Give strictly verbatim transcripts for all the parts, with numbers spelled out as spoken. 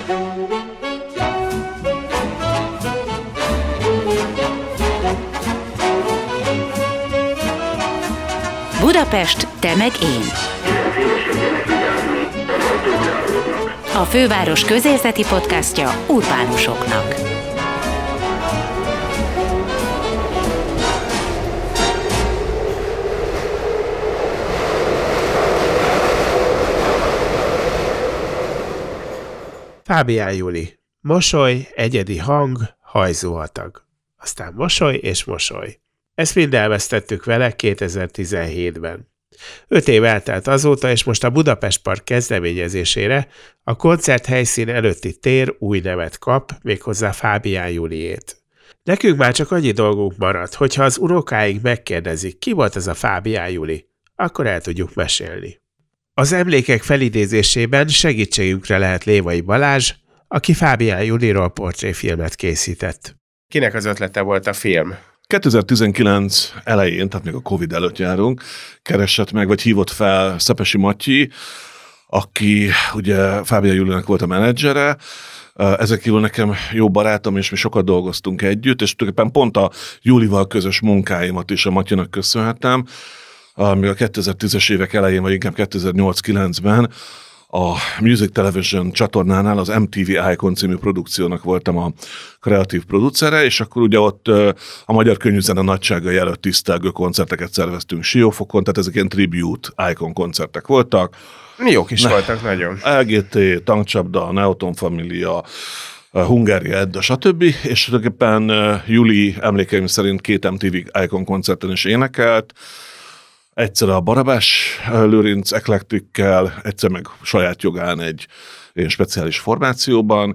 Budapest, te meg én. A főváros közérzeti podcastja urbánusoknak. Fábián Juli. Mosoly, egyedi hang, hajzóhatag. Aztán mosoly és mosoly. Ezt mind elvesztettük vele kétezer-tizenhétben. Öt év eltelt azóta, és most a Budapest Park kezdeményezésére a koncert helyszín előtti tér új nevet kap, méghozzá Fábián Juliét. Nekünk már csak annyi dolgunk maradt, hogyha az unokáink megkérdezik, ki volt ez a Fábián Juli, akkor el tudjuk mesélni. Az emlékek felidézésében segítségünkre lehet Lévai Balázs, aki Fábián Juliról portréfilmet készített. Kinek az ötlete volt a film? kétezer-tizenkilenc elején, tehát még a Covid előtt járunk, keresett meg, vagy hívott fel Szepesi Matyi, aki ugye Fábián Julinak volt a menedzsere. Ezek kívül nekem jó barátom, és mi sokat dolgoztunk együtt, és tulajdonképpen pont a Julival közös munkáimat is a Matyinak köszönhetem. Még a kétezer-tízes évek elején, vagy inkább kétezer-nyolc-kilencben a Music Television csatornánál az em té vé Icon című produkciónak voltam a kreatív producere, és akkor ugye ott a magyar könnyűzene nagyságai előtt tisztelgő koncerteket szerveztünk Siófokon, tehát ezek ilyen tribute Icon koncertek voltak. Jók is ne, voltak nagyon. el gé té, Tankcsapda, Neoton Família, Hungária Edda, stb. És tulajdonképpen Juli emlékeim szerint két em té vé Icon koncerten is énekelt, egyszer a Barabás Lőrinc Eclectickel, egyszer meg saját jogán egy ilyen speciális formációban,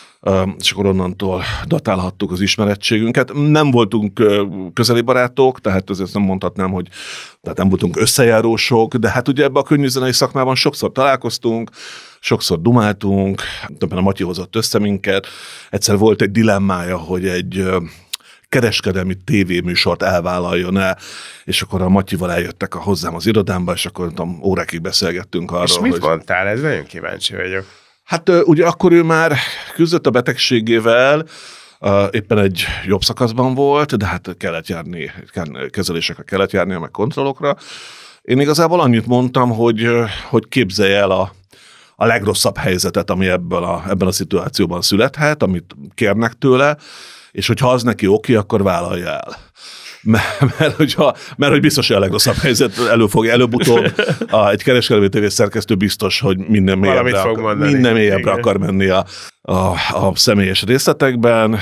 és akkor onnantól datálhattuk az ismerettségünket. Nem voltunk közeli barátok, tehát azért nem mondhatnám, hogy tehát nem voltunk összejárósok, de hát ugye ebben a könnyűzenei szakmában sokszor találkoztunk, sokszor dumáltunk, többen a Matyi hozott össze minket. Egyszer volt egy dilemmája, hogy egy kereskedelmi tévéműsort elvállaljon-e, és akkor a Matyival eljöttek a hozzám az irodámba, és akkor tudom, órákig beszélgettünk arról, és mit hogy... mondtál? Ez nagyon kíváncsi vagyok. Hát ugye akkor ő már küzdött a betegségével, éppen egy jobb szakaszban volt, de hát kellett járni, kezelésekre kellett járnia, meg kontrollokra. Én igazából annyit mondtam, hogy, hogy képzelje el a, a legrosszabb helyzetet, ami ebből a, ebben a szituációban születhet, amit kérnek tőle, és hogyha az neki oké, akkor vállalja el. Mert, mert, hogyha, mert hogy biztos, hogy a legrosszabb helyzet elő fog előbb-utóbb. A, egy kereskedelmi tévés szerkesztő biztos, hogy minden mélyebbre, akar, minden mélyebbre akar menni a, a, a személyes részletekben,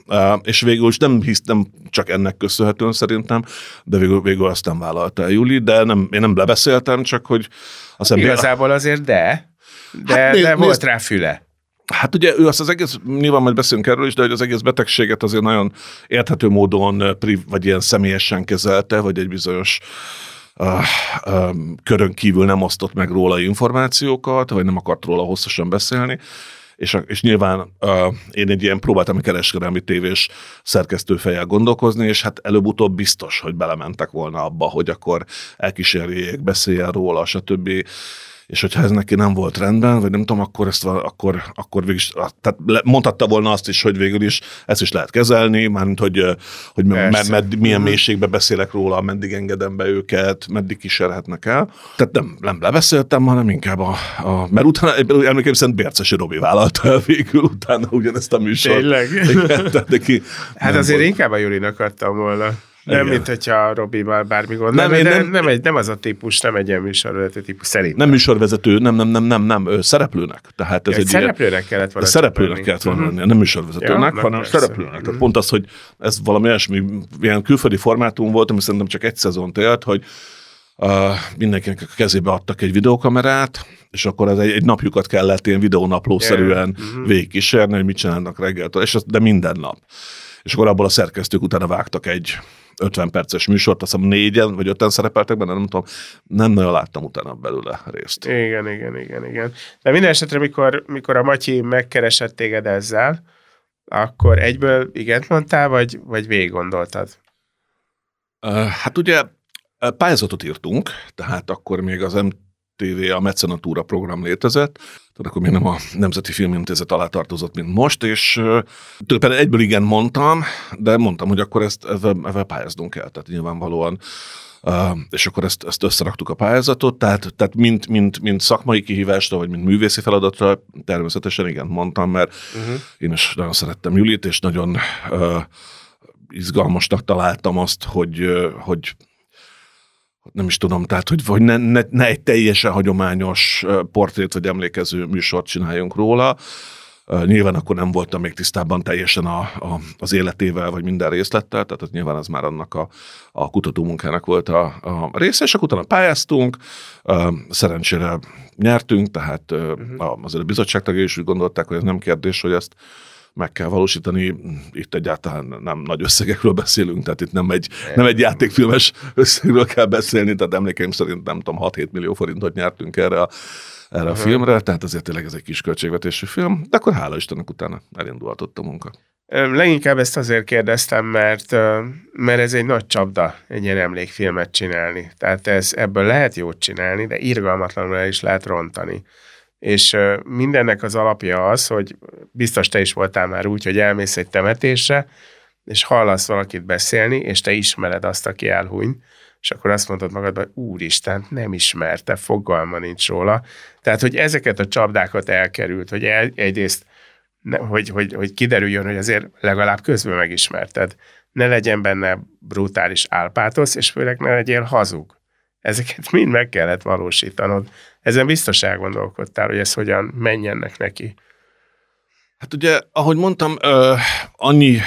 és végül is nem hisz, nem csak ennek köszönhetően szerintem, de végül, végül azt nem vállalta el Juli, de nem, én nem lebeszéltem, csak hogy... Azt igazából azért de, de, hát, de volt rá füle. Hát ugye ő azt az egész, nyilván majd beszélünk erről is, de hogy az egész betegséget azért nagyon érthető módon, vagy ilyen személyesen kezelte, vagy egy bizonyos uh, uh, körön kívül nem osztott meg róla információkat, vagy nem akart róla hosszasan beszélni, és, és nyilván uh, én egy ilyen próbáltam kereskedelmi tévés szerkesztőfejjel gondolkozni, és hát előbb-utóbb biztos, hogy belementek volna abba, hogy akkor elkísérjék, beszéljen róla, stb., és hogyha ez neki nem volt rendben, vagy nem tudom, akkor ezt akkor, akkor végül is, tehát mondhatta volna azt is, hogy végül is ezt is lehet kezelni, mármint, hogy, hogy med, med, milyen mélységben beszélek róla, meddig engedem be őket, meddig kísérhetnek el. Tehát nem, nem lebeszéltem, hanem inkább a, a mert utána, emlékeim szerint Bércesi Robi vállalta el végül utána ugyanezt a műsort. Tényleg? Igen, tehát neki hát azért volt. Inkább a Julinak adtam volna. Nem, igen. Mint hogyha Robival bármi gond. Nem, nem, nem, nem, egy, nem az a típus, nem egy ilyen műsorvezető típus, szerintem. Nem műsorvezető, nem, nem, nem, nem, nem, ő szereplőnek. Tehát ez ja, egy szereplőnek ilyen, kellett volna. Szereplőnek kellett volna lennie, uh-huh. Nem műsorvezetőnek, ja, hanem persze. Szereplőnek. Uh-huh. Tehát pont az, hogy ez valami olyasmi, ilyen külföldi formátum volt, ami szerintem csak egy szezont élt, hogy uh, mindenkinek a kezébe adtak egy videókamerát, és akkor ez egy, egy napjukat kellett ilyen videónaplószerűen yeah. uh-huh. végigkísérni, hogy mit csinálnak reggeltől, és az, de minden nap. És akkor abból a szerkesztők utána vágtak egy ötven perces műsort, azt hiszem négyen vagy öten szerepeltek benne, nem tudom, nem nagyon láttam utána belőle részt. Igen, igen, igen, igen. De minden esetre, mikor, mikor a Matyi megkeresett téged ezzel, akkor egyből igent mondtál, vagy, vagy végig gondoltad? Uh, hát ugye pályázatot írtunk, tehát akkor még az em té vé, a Mecenatúra program létezett, tehát akkor még nem a Nemzeti Filmintézet alá tartozott, mint most, és tulajdonképpen egyből igen mondtam, de mondtam, hogy akkor ezt ezzel, ezzel pályáznunk kell, tehát nyilvánvalóan. Uh, és akkor ezt, ezt összeraktuk a pályázatot, tehát, tehát mint, mint, mint szakmai kihívásra, vagy mint művészi feladatra, természetesen igen mondtam, mert uh-huh. én is nagyon szerettem Julit, és nagyon uh, izgalmasnak találtam azt, hogy, uh, hogy nem is tudom, tehát, hogy, hogy ne, ne, ne egy teljesen hagyományos portrét vagy emlékező műsort csináljunk róla. Uh, nyilván akkor nem voltam még tisztában teljesen a, a, az életével, vagy minden részlettel, tehát az nyilván az már annak a, a kutatómunkának volt a, a része, és akkor utána pályáztunk, uh, szerencsére nyertünk, tehát uh, uh-huh. azért a bizottság tagjai is úgy gondolták, hogy ez nem kérdés, hogy ezt meg kell valósítani. Itt egyáltalán nem nagy összegekről beszélünk, tehát itt nem egy, nem egy játékfilmes összegről kell beszélni, tehát emlékeim szerint nem tudom, hat-hét millió forintot nyertünk erre a erre uh-huh. a filmre, tehát azért tényleg ez egy kis költségvetésű film, de akkor hála Istennek utána elindulhatott a munka. Leginkább ezt azért kérdeztem, mert, mert ez egy nagy csapda, egy ilyen emlékfilmet csinálni. Tehát ez, ebből lehet jót csinálni, de irgalmatlanul el is lehet rontani. És mindennek az alapja az, hogy biztos te is voltál már úgy, hogy elmész egy temetésre, és hallasz valakit beszélni, és te ismered azt, aki elhuny, és akkor azt mondod magadban, hogy úristen, nem ismerte, fogalma nincs róla. Tehát, hogy ezeket a csapdákat elkerült, hogy el, egyrészt, ne, hogy, hogy, hogy kiderüljön, hogy azért legalább közben megismerted. Ne legyen benne brutális álpátosz, és főleg ne legyél hazug. Ezeket mind meg kellett valósítanod. Ezen biztos elgondolkodtál, hogy ez hogyan menjenek neki. Hát ugye, ahogy mondtam, uh, annyi...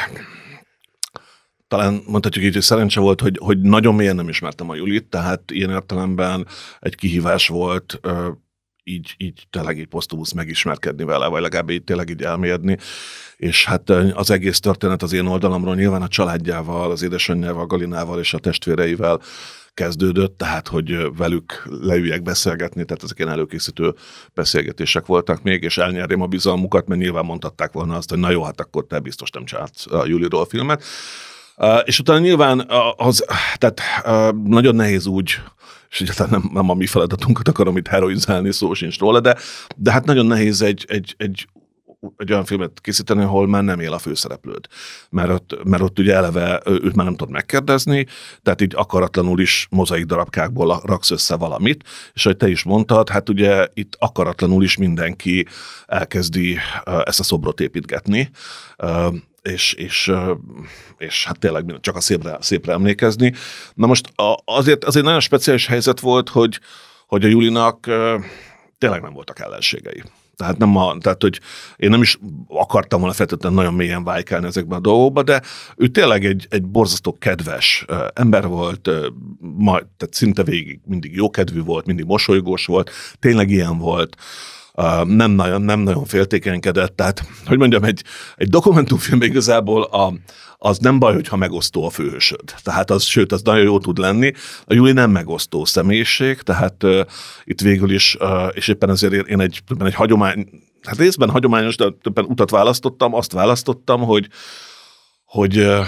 Talán mondhatjuk így, hogy szerencse volt, hogy, hogy nagyon mélyen nem ismertem a Julit, tehát ilyen értelemben egy kihívás volt így, így tényleg így posztumusz megismerkedni vele, vagy legalább így tényleg így elmélyedni. És hát az egész történet az én oldalamról nyilván a családjával, az édesanyjával, Galinával és a testvéreivel kezdődött, tehát hogy velük leüljek beszélgetni, tehát ezek ilyen előkészítő beszélgetések voltak még, és elnyerném a bizalmukat, mert nyilván mondhatták volna azt, hogy na jó, hát akkor te biztos nem csinálsz a Juliról filmet. Uh, és utána nyilván az, tehát uh, nagyon nehéz úgy, és egyáltalán nem, nem a mi feladatunkat akarom itt heroizálni, szó sincs róla, de, de hát nagyon nehéz egy, egy, egy, egy olyan filmet készíteni, ahol már nem él a főszereplőd. Mert ott, mert ott ugye eleve őt már nem tudod megkérdezni, tehát így akaratlanul is mozaik darabkákból raksz össze valamit, és ahogy te is mondtad, hát ugye itt akaratlanul is mindenki elkezdi uh, ezt a szobrot építgetni, uh, És, és, és hát tényleg csak a szépre, szépre emlékezni. Na most azért, azért nagyon speciális helyzet volt, hogy, hogy a Julinak tényleg nem voltak ellenségei. Tehát, nem a, tehát, hogy én nem is akartam volna feltétlenül nagyon mélyen vájkálni ezekben a dolgokba, de ő tényleg egy, egy borzasztó kedves ember volt, majd, tehát szinte végig mindig jókedvű volt, mindig mosolygós volt, tényleg ilyen volt. Uh, nem nagyon, nem nagyon féltékenykedett, tehát, hogy mondjam, egy, egy dokumentumfilm igazából a, az nem baj, hogyha megosztó a főhősöd. Tehát az, sőt, az nagyon jó tud lenni. A Juli nem megosztó személyiség, tehát uh, itt végül is, uh, és éppen ezért én egy, egy hagyomány, hát részben hagyományos, de többen utat választottam, azt választottam, hogy, hogy uh,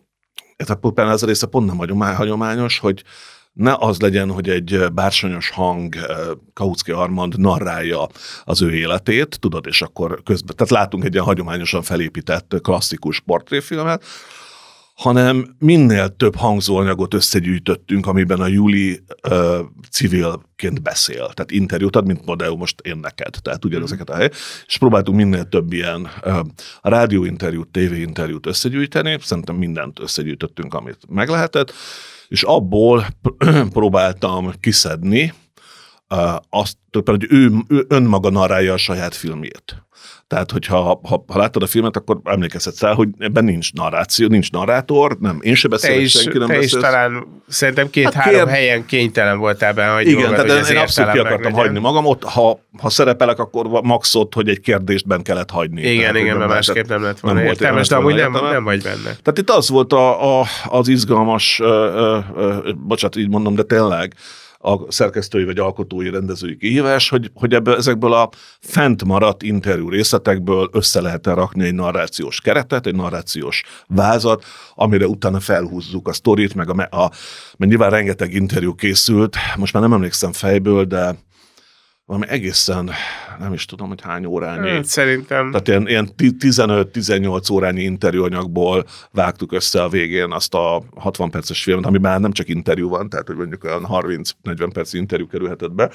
ez a része pont nem hagyományos, hogy ne az legyen, hogy egy bársonyos hang, Kautsky Armand narrálja az ő életét, tudod, és akkor közben, tehát látunk egy ilyen hagyományosan felépített klasszikus portréfilmet, hanem minél több hangzóanyagot összegyűjtöttünk, amiben a Juli uh, civilként beszél. Tehát interjút ad, mint modell most én neked. Tehát ugyanezeket a hely. És próbáltunk minél több ilyen uh, rádióinterjút, tévéinterjút összegyűjteni. Szerintem mindent összegyűjtöttünk, amit meg lehetett. És abból próbáltam kiszedni uh, azt, hogy ő, ő önmaga narrálja a saját filmjét. Tehát, hogyha ha, ha láttad a filmet, akkor emlékezhetsz rá, hogy ebben nincs narráció, nincs narrátor, nem, én se beszélek, senki nem beszél. Te is talán szerintem két-három hát helyen kénytelen voltál benne, hogy igen, magad, tehát hogy én abszolút ki akartam meglegyen. hagyni magam, ott, ha, ha szerepelek, akkor maxot, hogy egy kérdéstben kellett hagyni. Igen, tehát, igen, mert másképp nem lett volna értelmes, de amúgy nem, nem vagy benne. Tehát itt az volt a, a, az izgalmas, uh, uh, uh, bocsánat, így mondom, de tényleg, a szerkesztői vagy alkotói rendezői kihívás, hogy, hogy ebből, ezekből a fent maradt interjú részletekből össze lehet rakni egy narrációs keretet, egy narrációs vázat, amire utána felhúzzuk a sztorit, meg a, a mert nyilván rengeteg interjú készült, most már nem emlékszem fejből, de valami egészen, nem is tudom, hogy hány órányi. Hát, szerintem. Tehát ilyen, ilyen tizenöt-tizennyolc órányi interjúanyagból vágtuk össze a végén azt a hatvan perces filmet, ami már nem csak interjú van, tehát hogy mondjuk olyan harminc-negyven perc interjú kerülhetett be.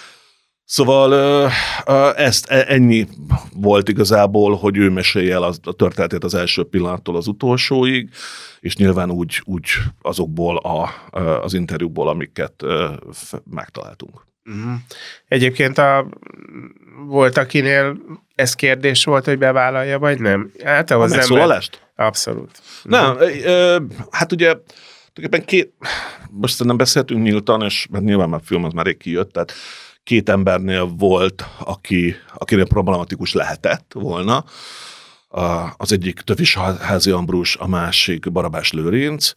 Szóval ezt ennyi volt igazából, hogy ő mesélje el a történetét az első pillanattól az utolsóig, és nyilván úgy, úgy azokból a, az interjúkból, amiket megtaláltunk. Uh-huh. Egyébként a, volt, akinél ez kérdés volt, hogy bevállalja, vagy nem? Hát a megszólalást? Abszolút. Nem, uh-huh. hát ugye két, most nem beszéltünk nyíltan, és mert nyilván már a film az már rég kijött, tehát két embernél volt, aki, akinél problematikus lehetett volna. Az egyik Tövis Házi Ambrus, a másik Barabás Lőrinc,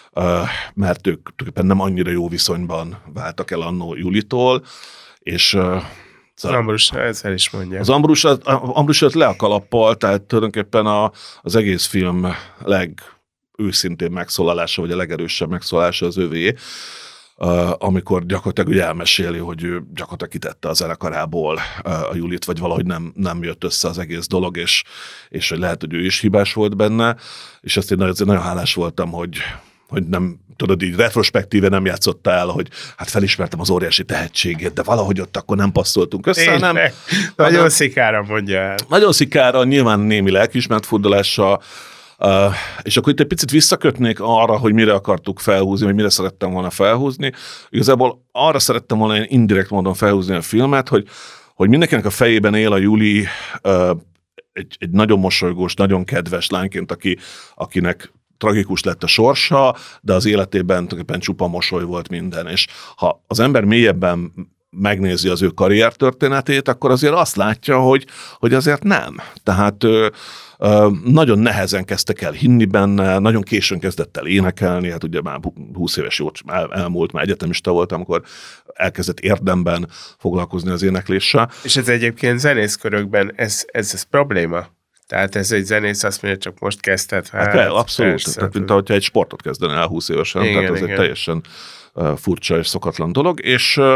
mert ők tulajdonképpen nem annyira jó viszonyban váltak el annó Julitól, és az Ambrus ezzel is mondja. Az Ambrus, az Ambrus jött le a kalappal, tehát tulajdonképpen a, az egész film legőszintén megszólalása, vagy a legerősebb megszólalása az övé, Uh, amikor gyakorlatilag ugye elmeséli, hogy ő gyakorlatilag kitette a zenekarából uh, a Julit, vagy valahogy nem, nem jött össze az egész dolog, és, és hogy lehet, hogy ő is hibás volt benne, és ezt én azért nagyon hálás voltam, hogy, hogy nem, tudod, így retrospektíve nem játszotta el, hogy hát felismertem az óriási tehetségét, de valahogy ott akkor nem passzoltunk össze, én nem? Nagyon hanem, szikára mondja el. Nagyon szikára, nyilván némi lelkiismert furdalással. Uh, és akkor itt egy picit visszakötnék arra, hogy mire akartuk felhúzni, vagy mire szerettem volna felhúzni. Igazából arra szerettem volna én indirekt módon felhúzni a filmet, hogy, hogy mindenkinek a fejében él a Juli uh, egy, egy nagyon mosolygós, nagyon kedves lányként, aki, akinek tragikus lett a sorsa, de az életében tulajdonképpen csupa mosoly volt minden. És ha az ember mélyebben megnézi az ő karriertörténetét, akkor azért azt látja, hogy, hogy azért nem. Tehát uh, nagyon nehezen kezdtek el hinni benne, nagyon későn kezdett el énekelni, hát ugye már húsz éves jó el, elmúlt, már egyetemista volt, amikor elkezdett érdemben foglalkozni az énekléssel. És ez egyébként zenészkörökben, ez, ez, ez probléma? Tehát ez egy zenész azt mondja, csak most kezdett. Hát, hát abszolút, persze, tehát mint ahogy egy sportot kezdene el húsz évesen, igen, tehát ez igen. Egy teljesen uh, furcsa és szokatlan dolog, és uh,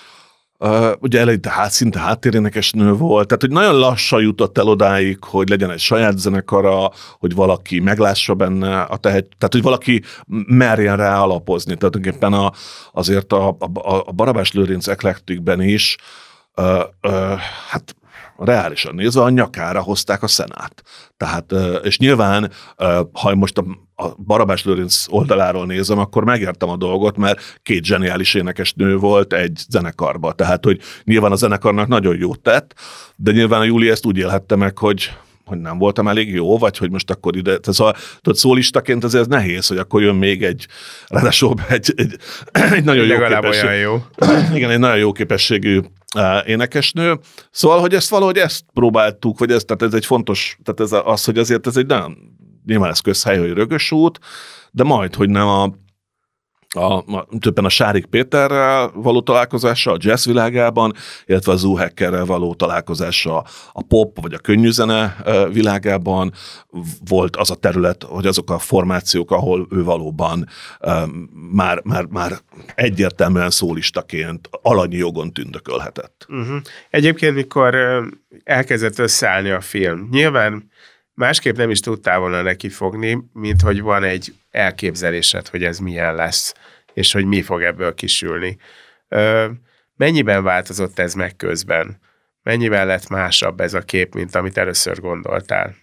Uh, ugye eleinte hát, szinte háttérénekes nő volt, tehát hogy nagyon lassan jutott el odáig, hogy legyen egy saját zenekara, hogy valaki meglássa benne a tehet, tehát hogy valaki merjen rá alapozni. Tehát tulajdonképpen a, azért a, a, a Barabás Lőrinc Eclecticben is uh, uh, hát reálisan nézve a nyakára hozták a szenát. Tehát, és nyilván, ha most a Barabás Lőrinc oldaláról nézem, akkor megértem a dolgot, mert két zseniális énekesnő volt egy zenekarba. Tehát, hogy nyilván a zenekarnak nagyon jót tett, de nyilván a Júli ezt úgy élhette meg, hogy hogy nem voltam elég jó, vagy hogy most akkor ide, tehát szóval, tudod, szólistaként azért ez nehéz, hogy akkor jön még egy, ráadásul egy, egy, egy nagyon jó képesség. jó. Igen, egy nagyon jó képességű uh, énekesnő. Szóval, hogy ezt valahogy ezt próbáltuk, vagy ez, tehát ez egy fontos, tehát ez az, hogy azért ez egy nagyon, nyilván ez közhely, hogy rögös út, de majd, hogy nem a A, a, többen a Sárik Péterrel való találkozása a jazz világában, illetve a Zoo Hackerrel való találkozása a pop vagy a könnyűzene világában volt az a terület, hogy azok a formációk, ahol ő valóban um, már, már, már egyértelműen szólistaként alanyi jogon tündökölhetett. Uh-huh. Egyébként, mikor elkezdett összeállni a film, nyilván másképp nem is tudtál volna neki fogni, mint hogy van egy elképzelésed, hogy ez milyen lesz, és hogy mi fog ebből kisülni. Ö, mennyiben változott ez meg közben? Mennyivel lett másabb ez a kép, mint amit először gondoltál?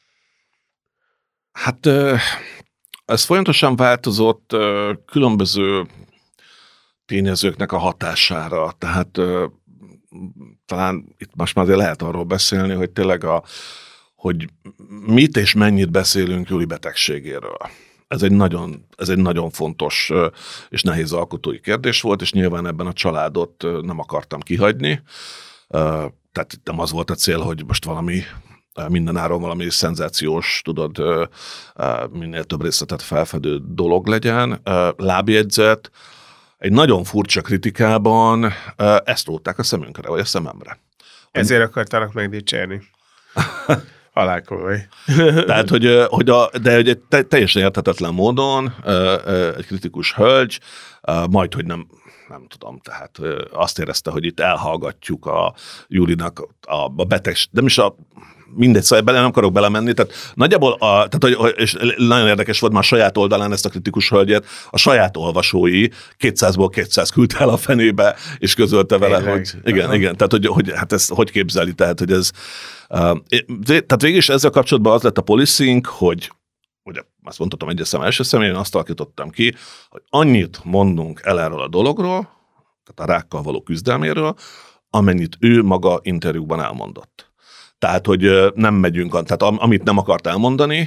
Hát ez folyamatosan változott különböző tényezőknek a hatására. Tehát talán itt most már azért lehet arról beszélni, hogy tényleg a hogy mit és mennyit beszélünk Júli betegségéről. Ez egy nagyon, ez egy nagyon fontos és nehéz alkotói kérdés volt, és nyilván ebben a családot nem akartam kihagyni. Tehát nem az volt a cél, hogy most valami mindenáron valami szenzációs, tudod, minél több részletet felfedő dolog legyen. Lábjegyzet. Egy nagyon furcsa kritikában ezt rótták a szemünkre, vagy a szememre. Ezért akartalak megdicsérni. Halálkomoly. Tehát, hogy, hogy a, de egy teljesen érthetetlen módon egy kritikus hölgy, majd, hogy nem, nem tudom, tehát azt érezte, hogy itt elhallgatjuk a Julinak a, a beteg, nem is a mindegy, szóval bele nem akarok belemenni, tehát nagyjából, a, tehát, hogy, és nagyon érdekes volt már a saját oldalán ezt a kritikus hölgyet, a saját olvasói kétszázból kétszáz küldte el a fenébe, és közölte vele, Tényleg. hogy igen, Aha. igen, tehát hogy, hogy hát ezt hogy képzeli, tehát hogy ez, uh, tehát végül is ezzel kapcsolatban az lett a policing, hogy ugye azt mondhatom egyes szem első személyen, azt alakítottam ki, hogy annyit mondunk el erről a dologról, tehát a rákkal való küzdelméről, amennyit ő maga interjúban elmondott. Tehát, hogy nem megyünk, tehát amit nem akart elmondani,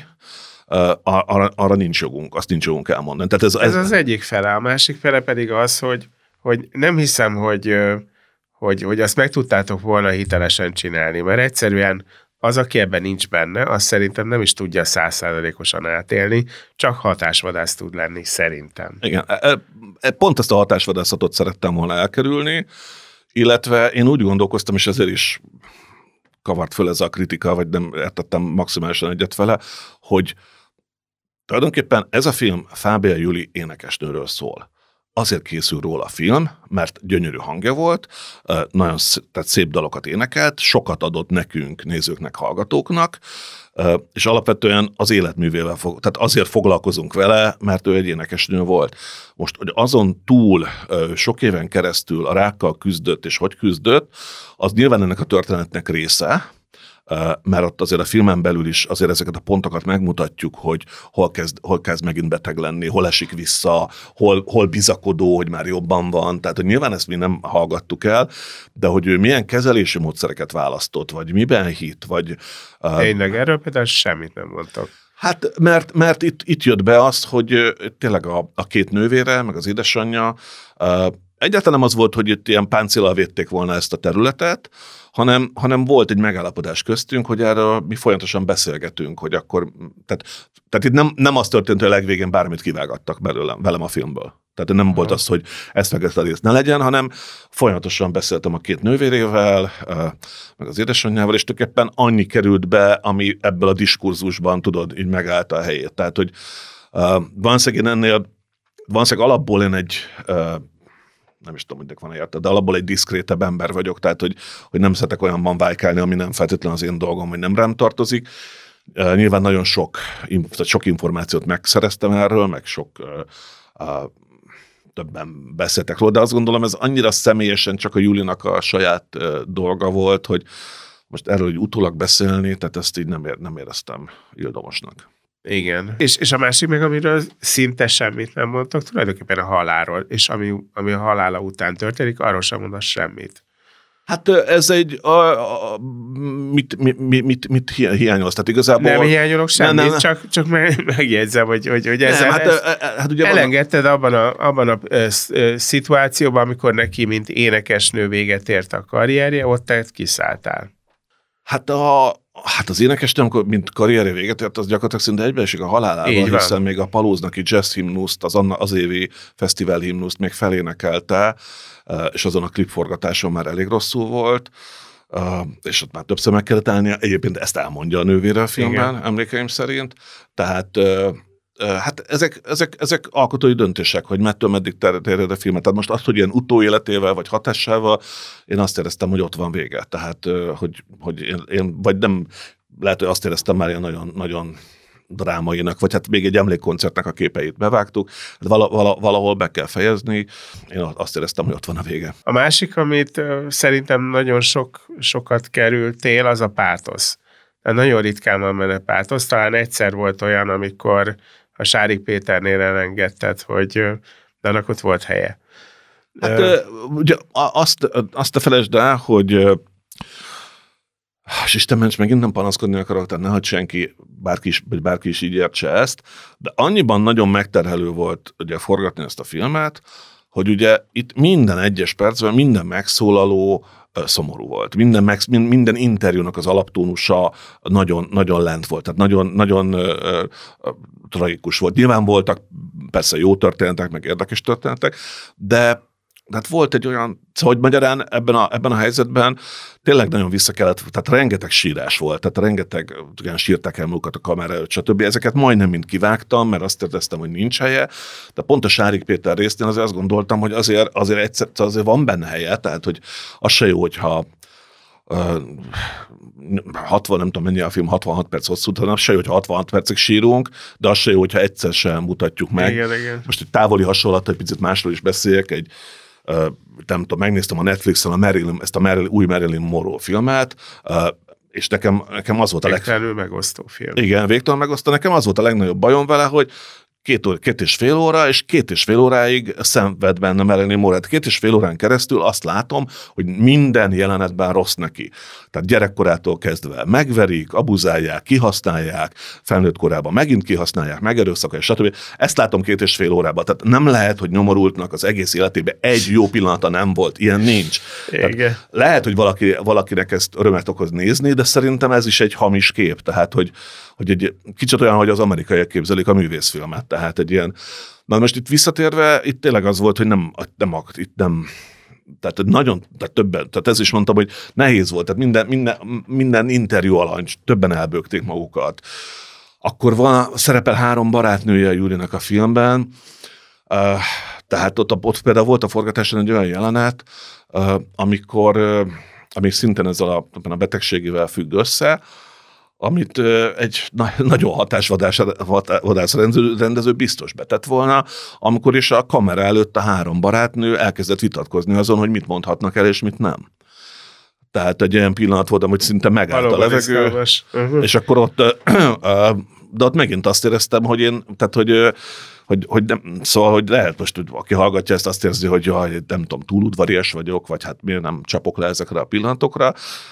arra, arra nincs jogunk, azt nincs jogunk elmondani. Tehát ez, ez, ez az egyik fele, a másik fele pedig az, hogy, hogy nem hiszem, hogy, hogy, hogy azt meg tudtátok volna hitelesen csinálni, mert egyszerűen az, aki ebben nincs benne, az szerintem nem is tudja száz százalékosan átélni, csak hatásvadász tud lenni, szerintem. Igen, pont ezt a hatásvadászatot szerettem volna elkerülni, illetve én úgy gondolkoztam, és ezért is kavart föl ez a kritika, vagy nem értettem maximálisan egyet vele, hogy tulajdonképpen ez a film Fábián Juli énekesnőről szól. Azért készül róla a film, mert gyönyörű hangja volt, nagyon tehát szép dalokat énekelt, sokat adott nekünk, nézőknek, hallgatóknak, és alapvetően az életművével fog, tehát azért foglalkozunk vele, mert ő egy énekesnő volt. Most, hogy azon túl sok éven keresztül a rákkal küzdött, és hogy küzdött, az nyilván ennek a történetnek része, mert ott azért a filmen belül is azért ezeket a pontokat megmutatjuk, hogy hol kezd, hol kezd megint beteg lenni, hol esik vissza, hol, hol bizakodó, hogy már jobban van. Tehát, hogy nyilván ezt mi nem hallgattuk el, de hogy ő milyen kezelési módszereket választott, vagy miben hitt, vagy... Tényleg, uh, erről például semmit nem mondtak. Hát, mert, mert itt, itt jött be az, hogy tényleg a, a két nővére, meg az édesanyja, uh, egyáltalán nem az volt, hogy itt ilyen páncéllal védték volna ezt a területet, hanem, hanem volt egy megállapodás köztünk, hogy erről mi folyamatosan beszélgetünk, hogy akkor, tehát, tehát itt nem, nem az történt, hogy a legvégén bármit kivágattak belőlem, velem a filmből. Tehát nem volt az, hogy ezt meg ezt a részt ne legyen, hanem folyamatosan beszéltem a két nővérével, meg az édesanyjával, és tulajdonképpen annyi került be, ami ebből a diskurzusban, tudod, így megállta a helyét. Tehát, hogy uh, valószínűleg ennél, valószínűleg alapból én egy uh, nem is tudom, hogy van érte, de alapból egy diszkrétebb ember vagyok, tehát, hogy, hogy nem szeretek olyanban vájkálni, ami nem feltétlenül az én dolgom, vagy nem rám tartozik. Uh, nyilván nagyon sok, sok információt megszereztem erről, meg sok uh, uh, többen beszéltek róla, de azt gondolom, ez annyira személyesen csak a Julinak a saját uh, dolga volt, hogy most erről úgy utólag beszélni, tehát ezt így nem, ér, nem éreztem ildomosnak. Igen. És, és a másik meg, amiről szinte semmit nem mondtak, tulajdonképpen a halálról, és ami, ami a halála után történik, arról sem mondasz semmit. Hát ez egy, a, a, mit, mit, mit, mit hiányolsz? Tehát igazából... Nem hiányolok semmit, nem, nem, csak, csak megjegyzem, hogy, hogy, hogy ezzel nem, hát, hát ugye elengedted a... abban a, abban a szituációban, amikor neki, mint énekesnő véget ért a karrierje, ott te kiszálltál. Hát a... Hát az énekesnő, amikor mint karrierje véget ért, az gyakorlatilag szinte egybeesik a halálával, hiszen még a Palóznaki jazz himnuszt, az, az évi fesztivál himnuszt még felénekelte, és azon a klipforgatáson már elég rosszul volt, és ott már többször meg kellett állnia. Egyébként ezt elmondja a nővére a filmben, igen, emlékeim szerint. Tehát hát ezek, ezek, ezek alkotói döntések, hogy mettől meddig terjed a filmet. Tehát most azt, hogy ilyen utóéletével vagy hatásával, én azt éreztem, hogy ott van vége. Tehát, hogy, hogy én, én, vagy nem, lehet, hogy azt éreztem már ilyen nagyon, nagyon drámainak, vagy hát még egy emlékkoncertnek a képeit bevágtuk, de vala, vala, valahol be kell fejezni. Én azt éreztem, hogy ott van a vége. A másik, amit szerintem nagyon sok, sokat kerültél, az a pátosz. Nagyon ritkán van benne pátosz. Talán egyszer volt olyan, amikor a Sárik Péternél elengedted, hogy annak ott volt helye. Hát uh, ugye azt, azt te felejtsd el, hogy és Isten ments, megint nem panaszkodni akarok, tehát nehogy senki, bárki is, vagy bárki is így értse ezt, de annyiban nagyon megterhelő volt ugye forgatni ezt a filmet, hogy ugye itt minden egyes percben minden megszólaló szomorú volt. Minden, meg, minden interjúnak az alaptónusa nagyon, nagyon lent volt, tehát nagyon, nagyon uh, uh, tragikus volt. Nyilván voltak persze jó történetek, meg érdekes történetek, de Tehát volt egy olyan, hogy magyarán ebben a, ebben a helyzetben tényleg nagyon vissza kellett, tehát rengeteg sírás volt, tehát rengeteg olyan sírták el magukat a kamera előtt, stb. Ezeket majdnem mind kivágtam, mert azt éreztem, hogy nincs helye, de pont a Sárik Péter részén azért azt gondoltam, hogy azért, azért, egyszer, azért van benne helye, tehát hogy az se jó, hogyha uh, hatvan, nem tudom mennyi a film, hatvanhat perc hosszú, de az se jó, hogyha hatvanhat percig sírunk, de az se jó, hogyha egyszer sem mutatjuk meg. Igen, igen. Most egy távoli hasonlat, egy picit másról is beszéljek, egy Uh, nem tudom, megnéztem a Netflixen a Marilyn, ezt a Marilyn, új Marilyn Monroe filmet, uh, és nekem, nekem az volt a leg... Végtelenül megosztó film. Igen, végtelenül megosztó. Nekem az volt a legnagyobb bajom vele, hogy két, óra, két és fél óra, és két és fél óráig szenved benne Marilyn Monroe. Két és fél órán keresztül azt látom, hogy minden jelenetben rossz neki. Tehát gyerekkorától kezdve megverik, abuzálják, kihasználják, felnőtt korában megint kihasználják, megerőszakolják, stb. Ezt látom két és fél órában. Tehát nem lehet, hogy nyomorultnak az egész életében egy jó pillanata nem volt. Ilyen nincs. Lehet, hogy valaki, valakinek ezt örömet okoz nézni, de szerintem ez is egy hamis kép. Tehát, hogy, hogy egy kicsit olyan, hogy az amerikaiak képzelik a művészfilmet. Tehát egy ilyen... Na most itt visszatérve, itt tényleg az volt, hogy nem, nem, itt nem tehát nagyon, tehát többen, tehát ez is mondtam, hogy nehéz volt, tehát minden, minden, minden interjú alany, többen elbökték magukat. Akkor van, szerepel három barátnője a Julinak a filmben, uh, tehát ott, ott például volt a forgatáson egy olyan jelenet, uh, amikor, uh, ami szintén ezzel a, a betegségével függ össze, amit egy nagyon hatásvadász rendező biztos betett volna, amikor is a kamera előtt a három barátnő elkezdett vitatkozni azon, hogy mit mondhatnak el, és mit nem. Tehát egy olyan pillanat volt, hogy szinte megállt valóban a levegő, uh-huh. és akkor ott, de ott megint azt éreztem, hogy én, tehát hogy, hogy, hogy nem, szóval, hogy lehet most, hogy aki hallgatja ezt, azt érzi, hogy jaj, nem tudom, túl udvarias vagyok, vagy hát miért nem csapok le ezekre a pillanatokra.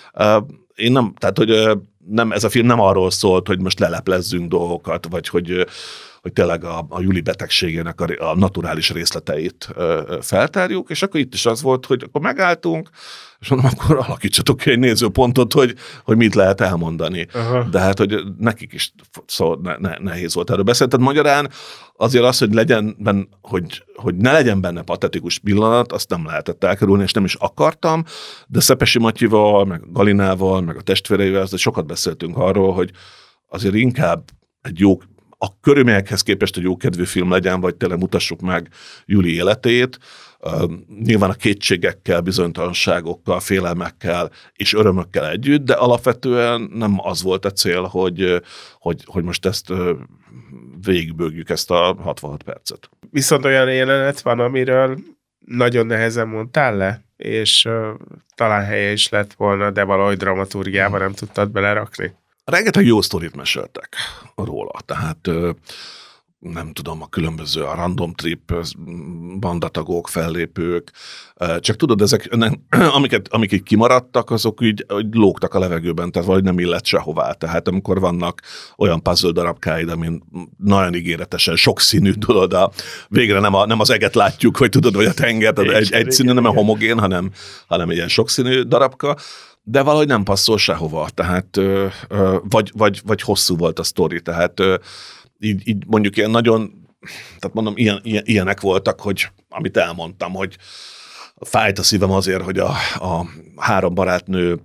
Én nem, tehát, hogy nem, ez a film nem arról szólt, hogy most leleplezzünk dolgokat, vagy hogy, hogy tényleg a, a Juli betegségének a, a naturális részleteit ö, feltárjuk, és akkor itt is az volt, hogy akkor megálltunk, és mondom, akkor alakítsatok ki egy nézőpontot, hogy, hogy mit lehet elmondani. Aha. De hát, hogy nekik is szó, ne, ne, nehéz volt erről beszélni. Tehát magyarán azért az, hogy legyen benne, hogy, hogy ne legyen benne patetikus pillanat, azt nem lehetett elkerülni, és nem is akartam, de Szepesi Matyival, meg Galinával, meg a testvéreivel, azért sokat beszéltünk arról, hogy azért inkább egy jó, a körülményekhez képest egy jó kedvű film legyen, vagy tényleg mutassuk meg Juli életét, uh, nyilván a kétségekkel, bizonytalanságokkal, félelmekkel és örömökkel együtt, de alapvetően nem az volt a cél, hogy, hogy, hogy most ezt uh, végigbőgjük ezt a hatvanhat percet. Viszont olyan jelenet van, amiről nagyon nehezen mondtál le, és uh, talán helye is lett volna, de valahogy dramaturgiában nem tudtad belerakni. Rengeteg jó sztorit meséltek róla, tehát nem tudom, a különböző, a random trip, bandatagok, fellépők, csak tudod, ezek, amiket, amik így kimaradtak, azok így, így lógtak a levegőben, tehát valahogy nem illett sehová. Tehát amikor vannak olyan puzzle darabkáid, amin nagyon ígéretesen sokszínű, tudod, a, végre nem, a, nem az eget látjuk, hogy tudod, vagy a tengert, egy, egy színű, nem a homogén, hanem, hanem egy ilyen sokszínű darabka, de valahogy nem passzol sehova, tehát ö, ö, vagy, vagy, vagy hosszú volt a sztori, tehát ö, így, így mondjuk ilyen nagyon, tehát mondom, ilyen, ilyen, ilyenek voltak, hogy amit elmondtam, hogy fájt a szívem azért, hogy a, a három barátnőnek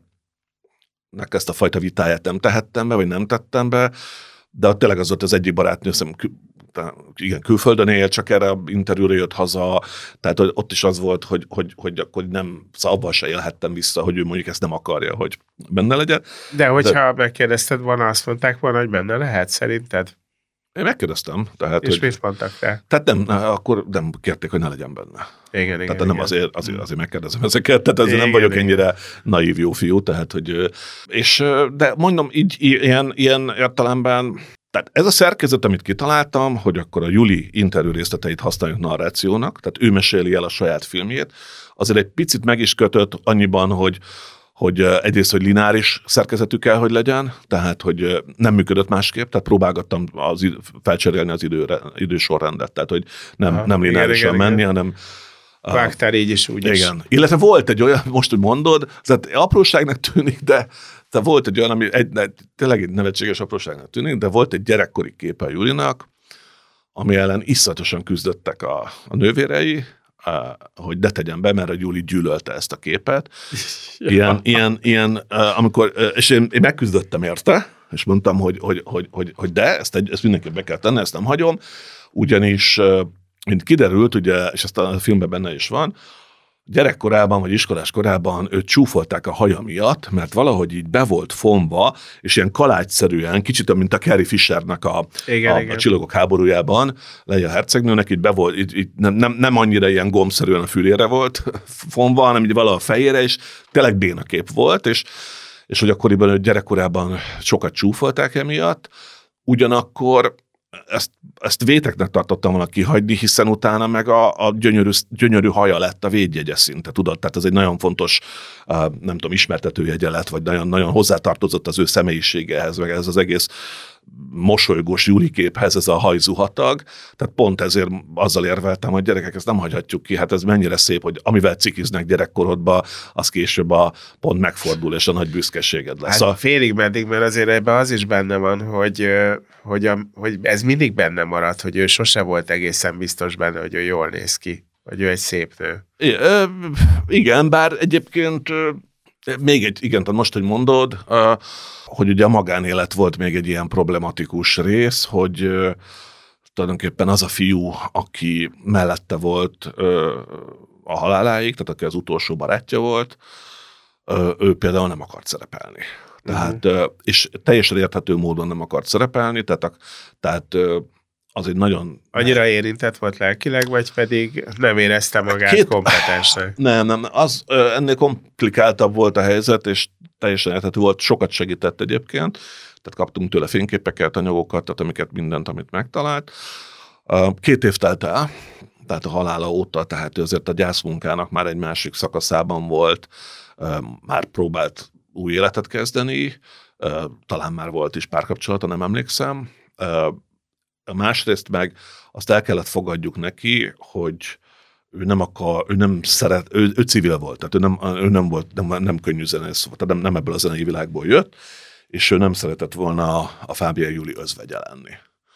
ezt a fajta vitáját nem tehettem be, vagy nem tettem be, de tényleg az volt az egyik barátnő, hiszem, igen, külföldön él, csak erre a interjúra jött haza, tehát ott is az volt, hogy, hogy, hogy akkor nem, szóval abban se élhettem vissza, hogy ő mondjuk ezt nem akarja, hogy benne legyen. De hogyha de... megkérdezted volna, azt mondták volna, hogy benne lehet, szerinted? Én megkérdeztem. Tehát, és hogy, mit mondtak rá? Tehát nem, akkor nem kérték, hogy ne legyen benne. Igen, tehát igen, nem igen. Azért, azért, azért megkérdezem ezeket, tehát azért igen, nem vagyok igen. ennyire naív jó fiú, tehát hogy, és, de mondom, így ilyen, ilyen értelemben, tehát ez a szerkezet, amit kitaláltam, hogy akkor a Juli interjú részleteit használjuk narrációnak, tehát ő meséli el a saját filmjét, azért egy picit meg is kötött annyiban, hogy hogy egyrészt, hogy lineáris szerkezetű kell, hogy legyen, tehát, hogy nem működött másképp, tehát próbálgattam az, felcserélni az időre, idősorrendet, tehát, hogy nem, Aha, nem lineárisan igen, menni, igen. hanem... Vágtál így is, úgy igen. is. Illetve volt egy olyan, most, hogy mondod, tehát apróságnak tűnik, de, de volt egy olyan, ami egy, egy, tényleg egy nevetséges apróságnak tűnik, de volt egy gyerekkori képe a Julinak, ami ellen iszonyatosan küzdöttek a, a nővérei, hogy de tegyen be, mert a Júli gyűlölte ezt a képet. Ilyen, ilyen, ilyen amikor, és én, én megküzdöttem érte, és mondtam, hogy, hogy, hogy, hogy, hogy de, ezt, egy, ezt mindenképp be kell tenni, ezt nem hagyom, ugyanis, mint kiderült, ugye, és ezt a filmben benne is van, gyerekkorában, vagy iskolás korában őt csúfolták a haja miatt, mert valahogy így be volt fonva, és ilyen kalágyszerűen, kicsit mint a Carrie Fishernek a, igen, a, igen. a Csillagok háborújában, Leia hercegnőnek, így be volt, így, így nem, nem, nem annyira ilyen gombszerűen a fülére volt fonva, hanem így valaha a fejére, és tényleg béna kép volt, és, és hogy akkoriban őt gyerekkorában sokat csúfolták emiatt, ugyanakkor Ezt, ezt véteknek tartottam volna kihagyni, hiszen utána meg a, a gyönyörű, gyönyörű haja lett a védjegye szinte, tudod? Tehát ez egy nagyon fontos, nem tudom, ismertetőjegye lett, vagy nagyon, nagyon hozzátartozott az ő személyiségehez, meg ez az egész mosolygós Júli képhez, ez a hajzuhatag. Tehát pont ezért azzal érveltem, hogy gyerekek, ezt nem hagyhatjuk ki, hát ez mennyire szép, hogy amivel cikiznek gyerekkorodba, az később a pont megfordul, és a nagy büszkeséged lesz. Hát a... félig meddig, mert azért ebben az is benne van, hogy, hogy, a, hogy ez mindig benne marad, hogy ő sose volt egészen biztos benne, hogy ő jól néz ki, hogy ő egy szép nő. I- igen, bár egyébként még egy, igen, tehát most, hogy mondod, hogy ugye a magánélet volt még egy ilyen problematikus rész, hogy tulajdonképpen az a fiú, aki mellette volt a haláláig, tehát aki az utolsó barátja volt, ő például nem akart szerepelni. Tehát, uh-huh. és teljesen érthető módon nem akart szerepelni, tehát, a, tehát az egy nagyon... Annyira érintett volt lelkileg, vagy pedig nem érezte magát Két... kompetensnek? Nem, nem, az ennél komplikáltabb volt a helyzet, és teljesen érthető volt, sokat segített egyébként, tehát kaptunk tőle fényképeket, anyagokat, tehát amiket mindent, amit megtalált. Két év telt el, tehát a halála óta, tehát azért a gyászmunkának már egy másik szakaszában volt, már próbált új életet kezdeni, talán már volt is párkapcsolata, nem emlékszem. Másrészt meg azt el kellett fogadjuk neki, hogy ő nem akar, ő nem szeret, ő, ő civil volt, tehát ő nem, ő nem volt, nem, nem könnyű zenész, tehát nem, nem ebből a zenei világból jött, és ő nem szeretett volna a, a Fábián Júli özvegye lenni.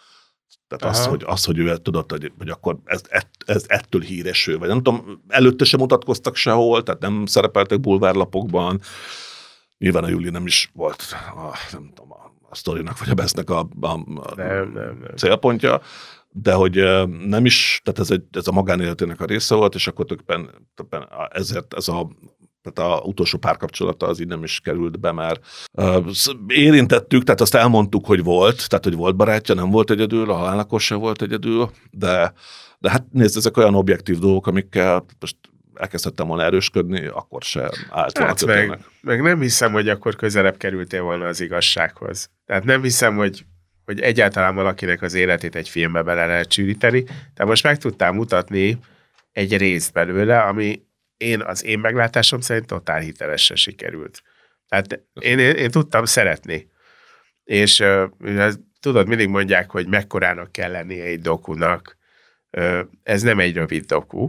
Tehát az, hogy, az, hogy ő tudott, hogy, hogy akkor ez, ez ettől híres ő, vagy nem tudom, előtte sem mutatkoztak sehol, tehát nem szerepeltek bulvárlapokban. Nyilván a Júli nem is volt a, nem tudom, a, a sztorinak, vagy a besznek a, a, a nem, nem, nem. célpontja, de hogy nem is, tehát ez, egy, ez a magánéletének a része volt, és akkor többen, többen ezért ez a tehát az utolsó párkapcsolata az így nem is került be, mert uh, érintettük, tehát azt elmondtuk, hogy volt, tehát hogy volt barátja, nem volt egyedül, a halálnakor sem volt egyedül, de, de hát nézd, ezek olyan objektív dolgok, amikkel most elkezdhettem volna erősködni, akkor se állt volna hát meg, meg nem hiszem, hogy akkor közelebb kerültél volna az igazsághoz. Tehát nem hiszem, hogy, hogy egyáltalán valakinek az életét egy filmbe bele lehet csűríteni, de most meg tudtál mutatni egy részt belőle, ami én az én meglátásom szerint totál hitelesen sikerült. Tehát én, én, én tudtam szeretni. És uh, tudod, mindig mondják, hogy mekkorának kell lennie egy dokunak. Uh, ez nem egy rövid doku,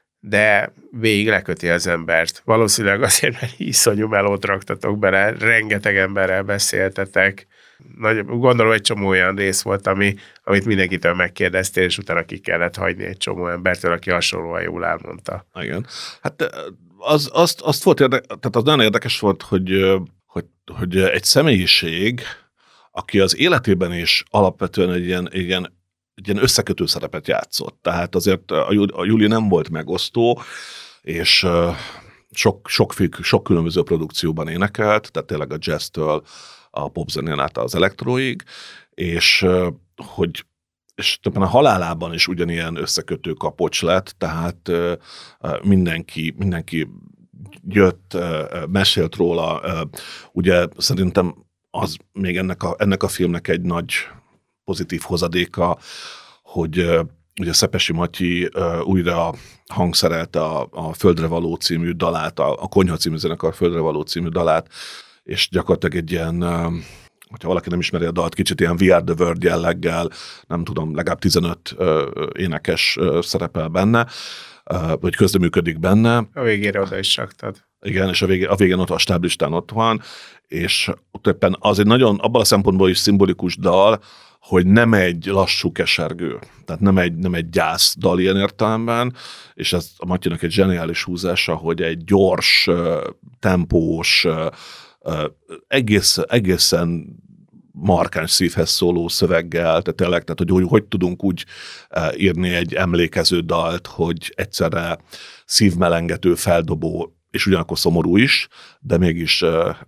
de végig leköti az embert. Valószínűleg azért, mert iszonyú melót raktatok bele, rengeteg emberrel beszéltetek. Nagy, gondolom, egy csomó olyan rész volt, ami, amit mindenkitől megkérdeztél, és utána ki kellett hagyni egy csomó embertől, aki hasonlóan jól elmondta. Igen. Hát az, azt, azt volt érdekes, tehát az nagyon érdekes volt, hogy, hogy, hogy egy személyiség, aki az életében is alapvetően egy ilyen, egy ilyen, egy ilyen összekötő szerepet játszott. Tehát azért a Júli nem volt megosztó, és sok, sok, sok különböző produkcióban énekelt, tehát tényleg a jazztől a popzenén át az elektróig, és hogy és többen a halálában is ugyanilyen összekötő kapocs lett, tehát mindenki, mindenki jött, mesélt róla, ugye szerintem az még ennek a, ennek a filmnek egy nagy pozitív hozadéka, hogy ugye Szepesi Matyi újra hangszerelte a, a Földre való című dalát, a, a Konyha című zenekar Földre való című dalát, és gyakorlatilag egy ilyen, hogyha valaki nem ismeri a dalt, kicsit ilyen We Are The World jelleggel, nem tudom, legalább tizenöt énekes szerepel benne, vagy közreműködik benne. A végére oda is raktad. Igen, és a végén, a végén ott a stáblistán ott van, és ott éppen az egy nagyon, abban a szempontból is szimbolikus dal, hogy nem egy lassú kesergő, tehát nem egy, nem egy gyász dal ilyen értelemben, és ez a Matyinak egy zseniális húzása, hogy egy gyors, tempós, egész, egészen markáns szívhez szóló szöveggel, tehát tényleg, tehát hogy, hogy hogy tudunk úgy írni egy emlékező dalt, hogy egyszerre szívmelengető, feldobó, és ugyanakkor szomorú is, de mégis,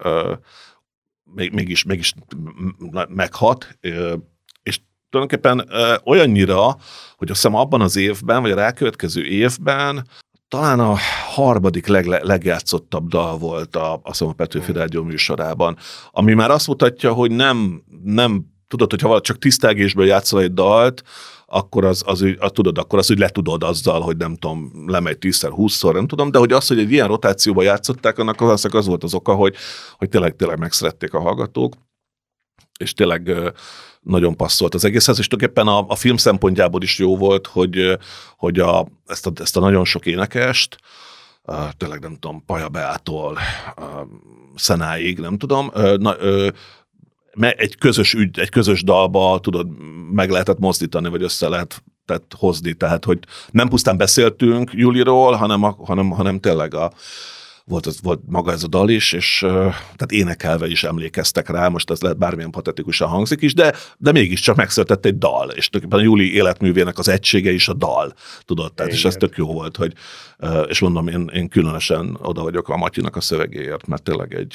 mégis, mégis meghat, és tulajdonképpen olyannyira, hogy azt hiszem abban az évben, vagy a rákövetkező évben talán a harmadik leg, legjátszottabb dal volt a, azt hiszem a Petőfi Rádió műsorában, ami már azt mutatja, hogy nem, nem tudod, hogyha valaki csak tisztelgésből játszol egy dalt, akkor az, az, az, tudod, akkor az, hogy letudod azzal, hogy nem tudom, lemegy tízszer, húszszor, nem tudom, de hogy az, hogy egy ilyen rotációban játszották, annak az, az volt az oka, hogy, hogy tényleg, tényleg megszerették a hallgatók, és tényleg nagyon passzolt az egészhez, és tulajdonképpen a, a film szempontjából is jó volt, hogy, hogy a, ezt, a, ezt a nagyon sok énekest, uh, tényleg nem tudom, Paja Beától, uh, Szenáig, nem tudom, uh, na, uh, egy közös ügy, egy közös dalba tudod, meg lehetett mozdítani, vagy össze lehet tehát hozni, tehát hogy nem pusztán beszéltünk Juliról, hanem, a, hanem, hanem tényleg a Volt, az, volt maga ez a dal is, és uh, tehát énekelve is emlékeztek rá, most ez lehet bármilyen patetikusan hangzik is, de, de mégiscsak megszületett egy dal, és tulajdonképpen a Juli életművének az egysége is a dal, tudod, tehát, és ez tök jó volt, hogy, uh, és mondom, én, én különösen oda vagyok a Matyinak a szövegéért, mert tényleg egy,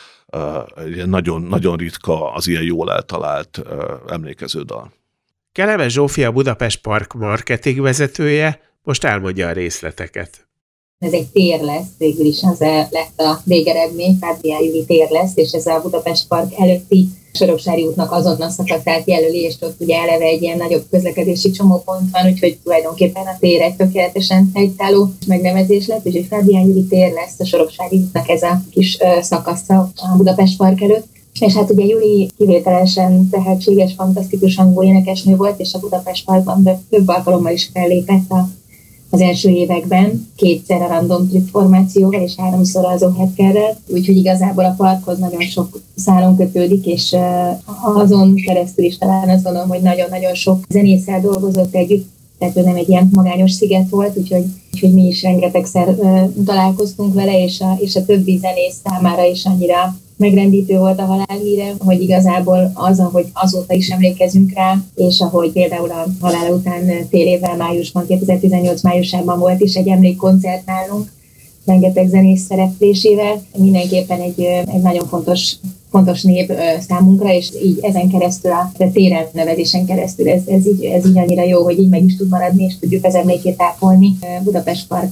uh, egy nagyon, nagyon ritka, az ilyen jól eltalált uh, emlékező dal. Kelemen Zsófia, Budapest Park marketing vezetője, most elmondja a részleteket. Ez egy tér lesz, végül is az lett a végeredmény, Fábián Júli tér lesz, és ez a Budapest Park előtti Soroksári útnak azonnal szakaszát jelöli, és ott ugye eleve egy ilyen nagyobb közlekedési csomópont van, úgyhogy tulajdonképpen a tér egy tökéletesen helytálló megnevezés lett, úgyhogy Fábián Júli tér lesz a Soroksári útnak ez a kis szakasza a Budapest Park előtt. És hát ugye Júli kivételesen tehetséges, fantasztikus hangú énekesnő volt, és a Budapest Parkban több alkalommal is fellépett a az első években, kétszer a Random Trip formációval és háromszor az O'Hatkerrel, úgyhogy igazából a parkhoz nagyon sok szálon kötődik, és azon keresztül is talán azt gondolom, hogy nagyon-nagyon sok zenésszel dolgozott együtt, tehát ő nem egy ilyen magányos sziget volt, úgyhogy, úgyhogy mi is rengetegszer találkoztunk vele, és a, és a többi zenész számára is annyira megrendítő volt a halálhíre, hogy igazából az, ahogy azóta is emlékezünk rá, és ahogy például a halála után fél évvel májusban, kétezer-tizennyolc májusában volt is egy emlékkoncert nálunk, rengeteg zenész szereplésével, mindenképpen egy, egy nagyon fontos, fontos név számunkra, és így ezen keresztül, a téren nevezésen keresztül ez, ez, így, ez így annyira jó, hogy így meg is tud maradni, és tudjuk az emlékét ápolni. Budapest Park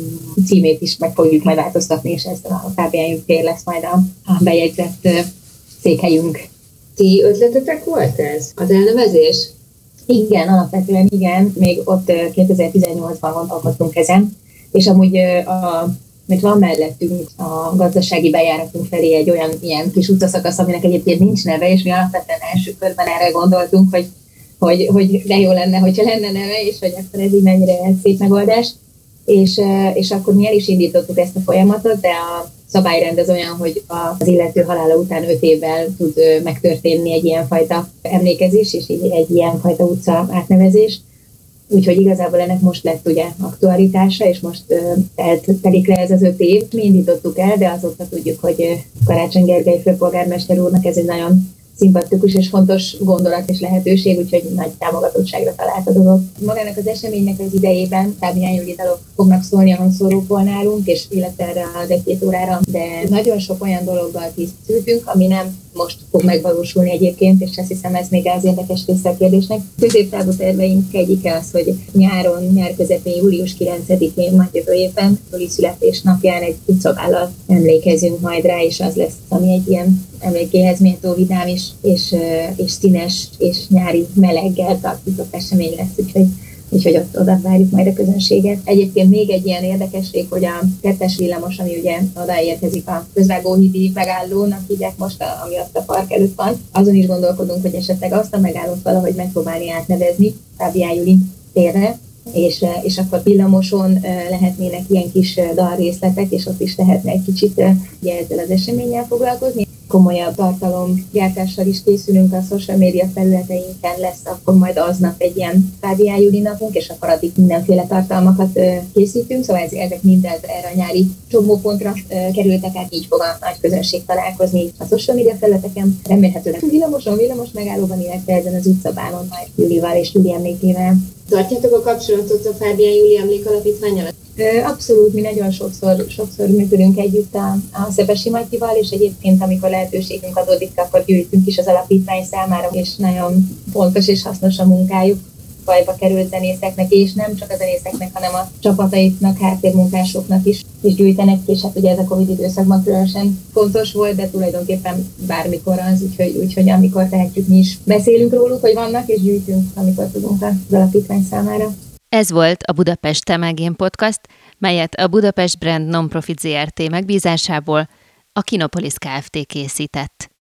címét is meg fogjuk majd változtatni, és ez a Fábián tér lesz majd a, a bejegyzett székhelyünk. Ti ötletetek volt ez? Az elnevezés? Igen, alapvetően igen, még ott kétezer-tizennyolcban gondolkodtunk ezen, és amúgy a, mert van mellettünk a gazdasági bejáratunk felé egy olyan ilyen kis utcaszakasz, aminek egyébként nincs neve, és mi alapvetően első körben erre gondoltunk, hogy, hogy, hogy de jó lenne, hogyha lenne neve, és hogy akkor ez így mennyire szép megoldás. És, és akkor mi el is indítottuk ezt a folyamatot, de a szabályrend az olyan, hogy az illető halála után öt évvel tud megtörténni egy ilyenfajta emlékezés, és egy ilyenfajta utca átnevezés. Úgyhogy igazából ennek most lett ugye aktualitása, és most uh, telik le ez az öt év. Mi indítottuk el, de azóta tudjuk, hogy uh, Karácsony Gergely főpolgármester úrnak ez egy nagyon szimpatikus és fontos gondolat és lehetőség, úgyhogy nagy támogatottságra talált a dolog. Magának az eseménynek az idejében Fábián Júli dalok fognak szólni a hangszórókból nálunk, és illetve erre az egy-két órára, de nagyon sok olyan dologgal készültünk, ami nem most fog megvalósulni egyébként, és azt hiszem ez még az érdekes része a kérdésnek. Középtávú terveink egyike az, hogy nyáron, nyár közepén, július kilencedikén, majd jövő évben, Júli születésnapján egy utcavállal emlékezünk majd rá, és az lesz, ami egy ilyen emlékéhez méltó vidám is, és, és színes, és nyári meleggel tartított esemény lesz, úgyhogy, úgyhogy ott oda várjuk majd a közönséget. Egyébként még egy ilyen érdekesség, hogy a kettes villamos, ami ugye odaérkezik a Közvágóhídi megállónak, hívják most, ami ott a park előtt van, azon is gondolkodunk, hogy esetleg azt a megállót valahogy megpróbálni átnevezni Fábián Júli térre, és, és akkor villamoson lehetnének ilyen kis dalrészletek, és ott is lehetne egy kicsit ugye ezzel az eseménnyel foglalkozni. komolyabb tartalomgyártással is készülünk a social media felületeinken, lesz akkor majd aznap egy ilyen Fábián Júli napunk, és akkor addig mindenféle tartalmakat készítünk, szóval ezek mind erre a nyári csomópontra kerültek át, így fog a nagy közönség találkozni a social media felületeken, remélhetőleg villamoson, villamos megállóban, illetve ezen az utcabánon majd Júlival és Júli emlékével. Tartjátok a kapcsolatot a Fábián Júli Emlék Alapítvánnyal? Abszolút, mi nagyon sokszor, sokszor működünk együtt a, a Szepesi Matyival, és egyébként, amikor lehetőségünk adódik, akkor gyűjtünk is az alapítvány számára, és nagyon fontos és hasznos a munkájuk bajba került zenészeknek, és nem csak a zenészeknek, hanem a csapataiknak, háttérmunkásoknak is, is gyűjtenek, és hát ugye ez a Covid időszakban különösen fontos volt, de tulajdonképpen bármikor az, úgyhogy, úgyhogy amikor tehetjük, mi is beszélünk róluk, hogy vannak, és gyűjtünk, amikor tudunk az alapítvány számára. Ez volt a Budapest Te meg én podcast, melyet a Budapest Brand Nonprofit zé er té megbízásából a Kinopolis Kft. Készített.